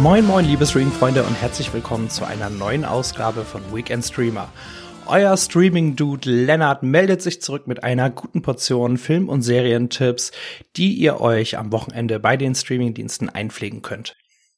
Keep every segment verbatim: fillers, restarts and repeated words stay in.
Moin moin liebe Streaming-Freunde und herzlich willkommen zu einer neuen Ausgabe von Weekend Streamer. Euer Streaming-Dude Lennart meldet sich zurück mit einer guten Portion Film- und Serientipps, die ihr euch am Wochenende bei den Streamingdiensten einpflegen könnt.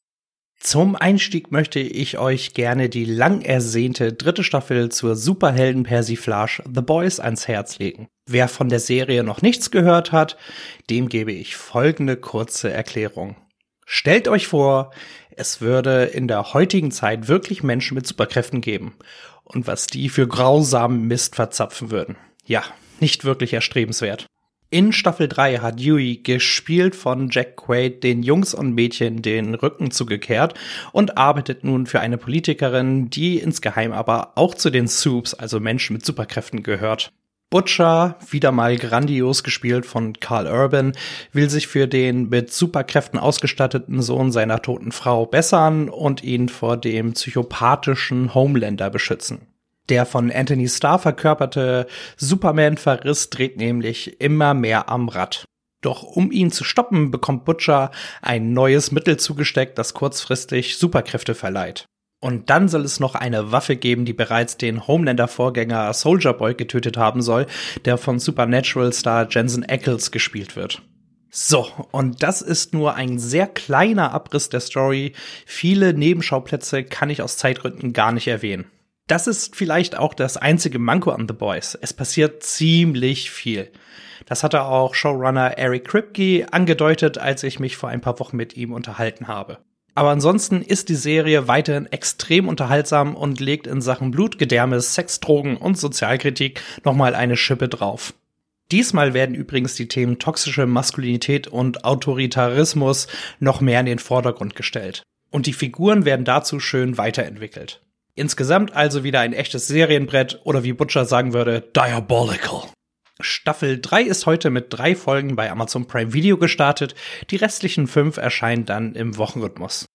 Zum Einstieg möchte ich euch gerne die lang ersehnte dritte Staffel zur Superhelden-Persiflage The Boys ans Herz legen. Wer von der Serie noch nichts gehört hat, dem gebe ich folgende kurze Erklärung. Stellt euch vor, es würde in der heutigen Zeit wirklich Menschen mit Superkräften geben. Und was die für grausamen Mist verzapfen würden. Ja, nicht wirklich erstrebenswert. In Staffel drei hat Huey, gespielt von Jack Quaid, den Jungs und Mädchen den Rücken zugekehrt und arbeitet nun für eine Politikerin, die insgeheim aber auch zu den Supes, also Menschen mit Superkräften, gehört. Butcher, wieder mal grandios gespielt von Karl Urban, will sich für den mit Superkräften ausgestatteten Sohn seiner toten Frau bessern und ihn vor dem psychopathischen Homelander beschützen. Der von Anthony Starr verkörperte Superman-Verriss dreht nämlich immer mehr am Rad. Doch um ihn zu stoppen, bekommt Butcher ein neues Mittel zugesteckt, das kurzfristig Superkräfte verleiht. Und dann soll es noch eine Waffe geben, die bereits den Homelander-Vorgänger Soldier Boy getötet haben soll, der von Supernatural-Star Jensen Ackles gespielt wird. So, und das ist nur ein sehr kleiner Abriss der Story. Viele Nebenschauplätze kann ich aus Zeitgründen gar nicht erwähnen. Das ist vielleicht auch das einzige Manko an The Boys. Es passiert ziemlich viel. Das hatte auch Showrunner Eric Kripke angedeutet, als ich mich vor ein paar Wochen mit ihm unterhalten habe. Aber ansonsten ist die Serie weiterhin extrem unterhaltsam und legt in Sachen Blut, Gedärme, Sex, Drogen und Sozialkritik nochmal eine Schippe drauf. Diesmal werden übrigens die Themen toxische Maskulinität und Autoritarismus noch mehr in den Vordergrund gestellt. Und die Figuren werden dazu schön weiterentwickelt. Insgesamt also wieder ein echtes Serienbrett oder wie Butcher sagen würde, diabolical. Staffel drei ist heute mit drei Folgen bei Amazon Prime Video gestartet, die restlichen fünf erscheinen dann im Wochenrhythmus.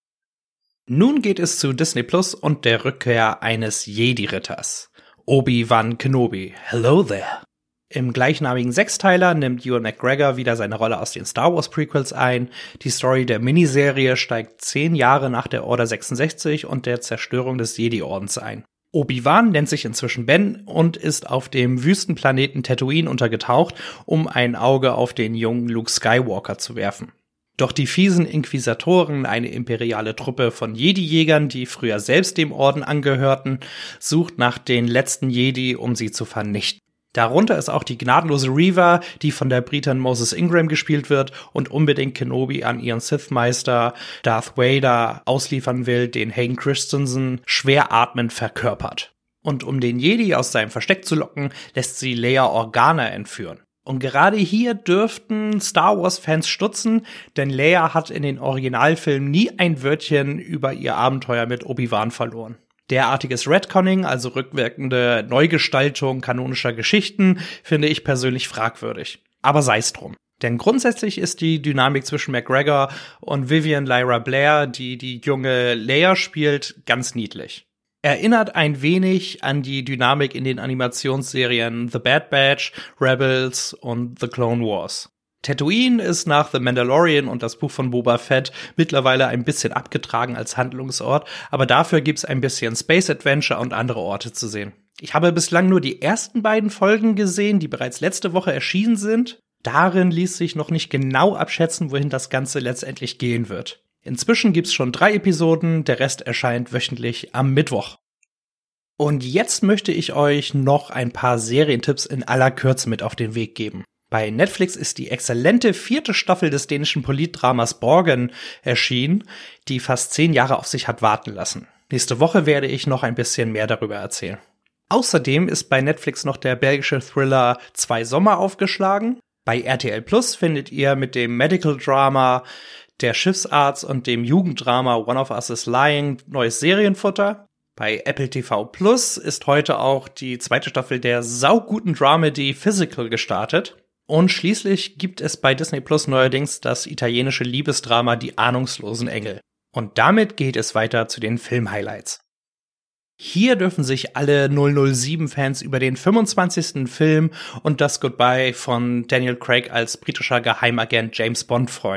Nun geht es zu Disney Plus und der Rückkehr eines Jedi-Ritters. Obi-Wan Kenobi, hello there. Im gleichnamigen Sechsteiler nimmt Ewan McGregor wieder seine Rolle aus den Star Wars Prequels ein. Die Story der Miniserie steigt zehn Jahre nach der Order sechsundsechzig und der Zerstörung des Jedi-Ordens ein. Obi-Wan nennt sich inzwischen Ben und ist auf dem Wüstenplaneten Tatooine untergetaucht, um ein Auge auf den jungen Luke Skywalker zu werfen. Doch die fiesen Inquisitoren, eine imperiale Truppe von Jedi-Jägern, die früher selbst dem Orden angehörten, sucht nach den letzten Jedi, um sie zu vernichten. Darunter ist auch die gnadenlose Reva, die von der Britin Moses Ingram gespielt wird und unbedingt Kenobi an ihren Sith-Meister Darth Vader ausliefern will, den Hayden Christensen schwer atmend verkörpert. Und um den Jedi aus seinem Versteck zu locken, lässt sie Leia Organa entführen. Und gerade hier dürften Star Wars-Fans stutzen, denn Leia hat in den Originalfilmen nie ein Wörtchen über ihr Abenteuer mit Obi-Wan verloren. Derartiges Retconning, also rückwirkende Neugestaltung kanonischer Geschichten, finde ich persönlich fragwürdig. Aber sei's drum. Denn grundsätzlich ist die Dynamik zwischen McGregor und Vivian Lyra Blair, die die junge Leia spielt, ganz niedlich. Erinnert ein wenig an die Dynamik in den Animationsserien The Bad Batch, Rebels und The Clone Wars. Tatooine ist nach The Mandalorian und das Buch von Boba Fett mittlerweile ein bisschen abgetragen als Handlungsort, aber dafür gibt's ein bisschen Space Adventure und andere Orte zu sehen. Ich habe bislang nur die ersten beiden Folgen gesehen, die bereits letzte Woche erschienen sind. Darin ließ sich noch nicht genau abschätzen, wohin das Ganze letztendlich gehen wird. Inzwischen gibt's schon drei Episoden, der Rest erscheint wöchentlich am Mittwoch. Und jetzt möchte ich euch noch ein paar Serientipps in aller Kürze mit auf den Weg geben. Bei Netflix ist die exzellente vierte Staffel des dänischen Politdramas Borgen erschienen, die fast zehn Jahre auf sich hat warten lassen. Nächste Woche werde ich noch ein bisschen mehr darüber erzählen. Außerdem ist bei Netflix noch der belgische Thriller Zwei Sommer aufgeschlagen. Bei R T L Plus findet ihr mit dem Medical Drama Der Schiffsarzt und dem Jugenddrama One of Us is Lying neues Serienfutter. Bei Apple T V Plus ist heute auch die zweite Staffel der sauguten Dramedy Physical gestartet. Und schließlich gibt es bei Disney Plus neuerdings das italienische Liebesdrama Die ahnungslosen Engel. Und damit geht es weiter zu den Film-Highlights. Hier dürfen sich alle null null sieben-Fans über den fünfundzwanzigsten Film und das Goodbye von Daniel Craig als britischer Geheimagent James Bond freuen.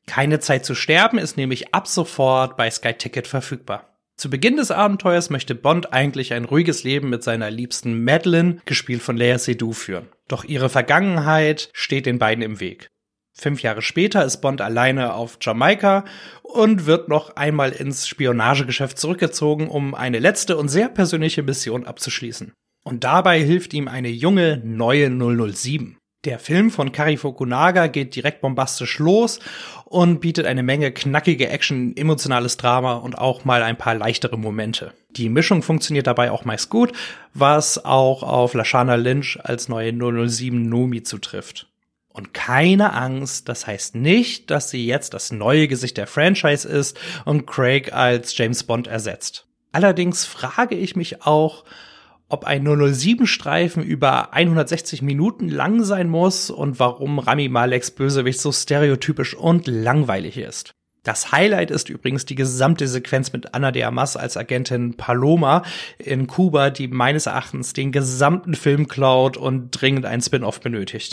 Keine Zeit zu sterben ist nämlich ab sofort bei Sky Ticket verfügbar. Zu Beginn des Abenteuers möchte Bond eigentlich ein ruhiges Leben mit seiner liebsten Madeleine, gespielt von Léa Seydoux, führen. Doch ihre Vergangenheit steht den beiden im Weg. Fünf Jahre später ist Bond alleine auf Jamaika und wird noch einmal ins Spionagegeschäft zurückgezogen, um eine letzte und sehr persönliche Mission abzuschließen. Und dabei hilft ihm eine junge, neue null null sieben. Der Film von Cary Fukunaga geht direkt bombastisch los und bietet eine Menge knackige Action, emotionales Drama und auch mal ein paar leichtere Momente. Die Mischung funktioniert dabei auch meist gut, was auch auf Lashana Lynch als neue null null sieben Nomi zutrifft. Und keine Angst, das heißt nicht, dass sie jetzt das neue Gesicht der Franchise ist und Craig als James Bond ersetzt. Allerdings frage ich mich auch, ob ein null null sieben Streifen über hundertsechzig Minuten lang sein muss und warum Rami Maleks Bösewicht so stereotypisch und langweilig ist. Das Highlight ist übrigens die gesamte Sequenz mit Ana de Armas als Agentin Paloma in Kuba, die meines Erachtens den gesamten Film klaut und dringend einen Spin-off benötigt.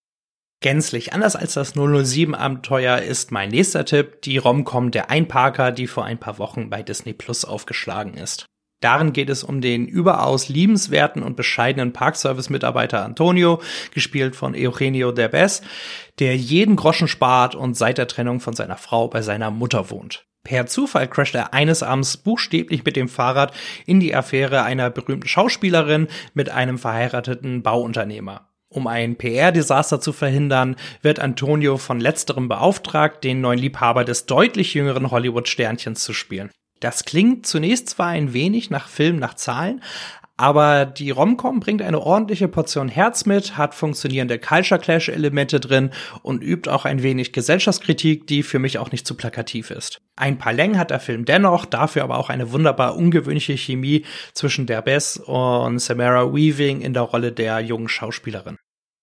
Gänzlich anders als das null null sieben Abenteuer ist mein nächster Tipp die Rom-Com Der Einparker, die vor ein paar Wochen bei Disney Plus aufgeschlagen ist. Darin geht es um den überaus liebenswerten und bescheidenen Parkservice-Mitarbeiter Antonio, gespielt von Eugenio Derbez, der jeden Groschen spart und seit der Trennung von seiner Frau bei seiner Mutter wohnt. Per Zufall crasht er eines Abends buchstäblich mit dem Fahrrad in die Affäre einer berühmten Schauspielerin mit einem verheirateten Bauunternehmer. Um ein P R-Desaster zu verhindern, wird Antonio von letzterem beauftragt, den neuen Liebhaber des deutlich jüngeren Hollywood-Sternchens zu spielen. Das klingt zunächst zwar ein wenig nach Film nach Zahlen, aber die Rom-Com bringt eine ordentliche Portion Herz mit, hat funktionierende Culture-Clash-Elemente drin und übt auch ein wenig Gesellschaftskritik, die für mich auch nicht zu plakativ ist. Ein paar Längen hat der Film dennoch, dafür aber auch eine wunderbar ungewöhnliche Chemie zwischen Derbez und Samara Weaving in der Rolle der jungen Schauspielerin.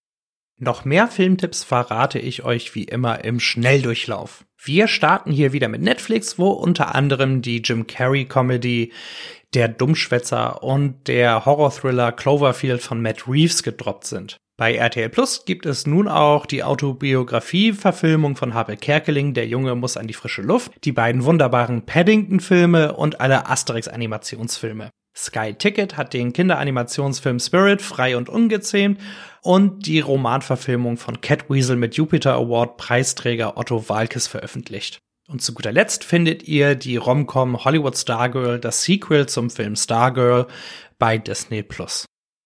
Noch mehr Filmtipps verrate ich euch wie immer im Schnelldurchlauf. Wir starten hier wieder mit Netflix, wo unter anderem die Jim Carrey-Comedy Der Dummschwätzer und der Horror-Thriller Cloverfield von Matt Reeves gedroppt sind. Bei R T L Plus gibt es nun auch die Autobiografie-Verfilmung von Harpe Kerkeling, Der Junge muss an die frische Luft, die beiden wunderbaren Paddington-Filme und alle Asterix-Animationsfilme. Sky Ticket hat den Kinderanimationsfilm Spirit frei und ungezähmt und die Romanverfilmung von Catweasel mit Jupiter Award Preisträger Otto Waalkes veröffentlicht. Und zu guter Letzt findet ihr die Rom-Com Hollywood Stargirl, das Sequel zum Film Stargirl, bei Disney Plus.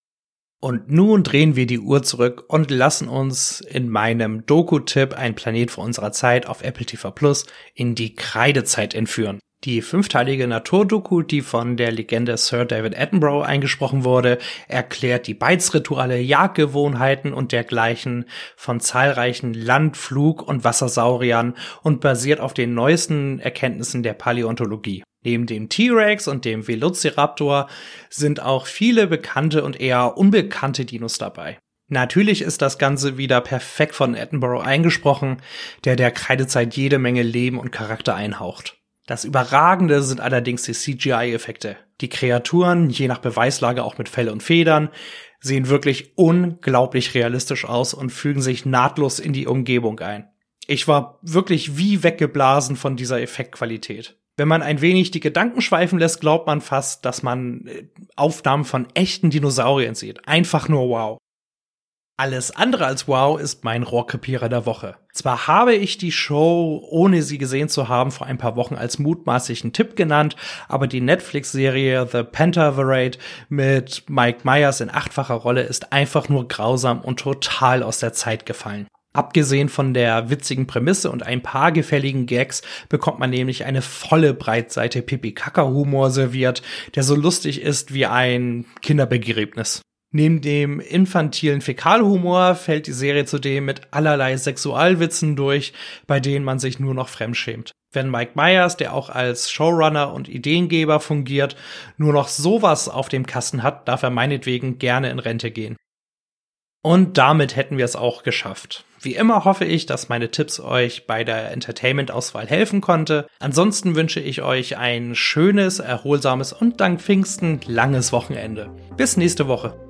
Und nun drehen wir die Uhr zurück und lassen uns in meinem Doku-Tipp Ein Planet vor unserer Zeit auf Apple T V Plus in die Kreidezeit entführen. Die fünfteilige Naturdoku, die von der Legende Sir David Attenborough eingesprochen wurde, erklärt die Beizrituale, Jagdgewohnheiten und dergleichen von zahlreichen Land-, Flug- und Wassersauriern und basiert auf den neuesten Erkenntnissen der Paläontologie. Neben dem T-Rex und dem Velociraptor sind auch viele bekannte und eher unbekannte Dinos dabei. Natürlich ist das Ganze wieder perfekt von Attenborough eingesprochen, der der Kreidezeit jede Menge Leben und Charakter einhaucht. Das Überragende sind allerdings die C G I-Effekte. Die Kreaturen, je nach Beweislage auch mit Fell und Federn, sehen wirklich unglaublich realistisch aus und fügen sich nahtlos in die Umgebung ein. Ich war wirklich wie weggeblasen von dieser Effektqualität. Wenn man ein wenig die Gedanken schweifen lässt, glaubt man fast, dass man Aufnahmen von echten Dinosauriern sieht. Einfach nur wow. Alles andere als wow ist mein Rohrkrepierer der Woche. Zwar habe ich die Show, ohne sie gesehen zu haben, vor ein paar Wochen als mutmaßlichen Tipp genannt, aber die Netflix-Serie The Pentaverate mit Mike Myers in achtfacher Rolle ist einfach nur grausam und total aus der Zeit gefallen. Abgesehen von der witzigen Prämisse und ein paar gefälligen Gags bekommt man nämlich eine volle Breitseite Pipi-Kaka-Humor serviert, der so lustig ist wie ein Kinderbegräbnis. Neben dem infantilen Fäkalhumor fällt die Serie zudem mit allerlei Sexualwitzen durch, bei denen man sich nur noch fremdschämt. Wenn Mike Myers, der auch als Showrunner und Ideengeber fungiert, nur noch sowas auf dem Kasten hat, darf er meinetwegen gerne in Rente gehen. Und damit hätten wir es auch geschafft. Wie immer hoffe ich, dass meine Tipps euch bei der Entertainment-Auswahl helfen konnte. Ansonsten wünsche ich euch ein schönes, erholsames und dank Pfingsten langes Wochenende. Bis nächste Woche.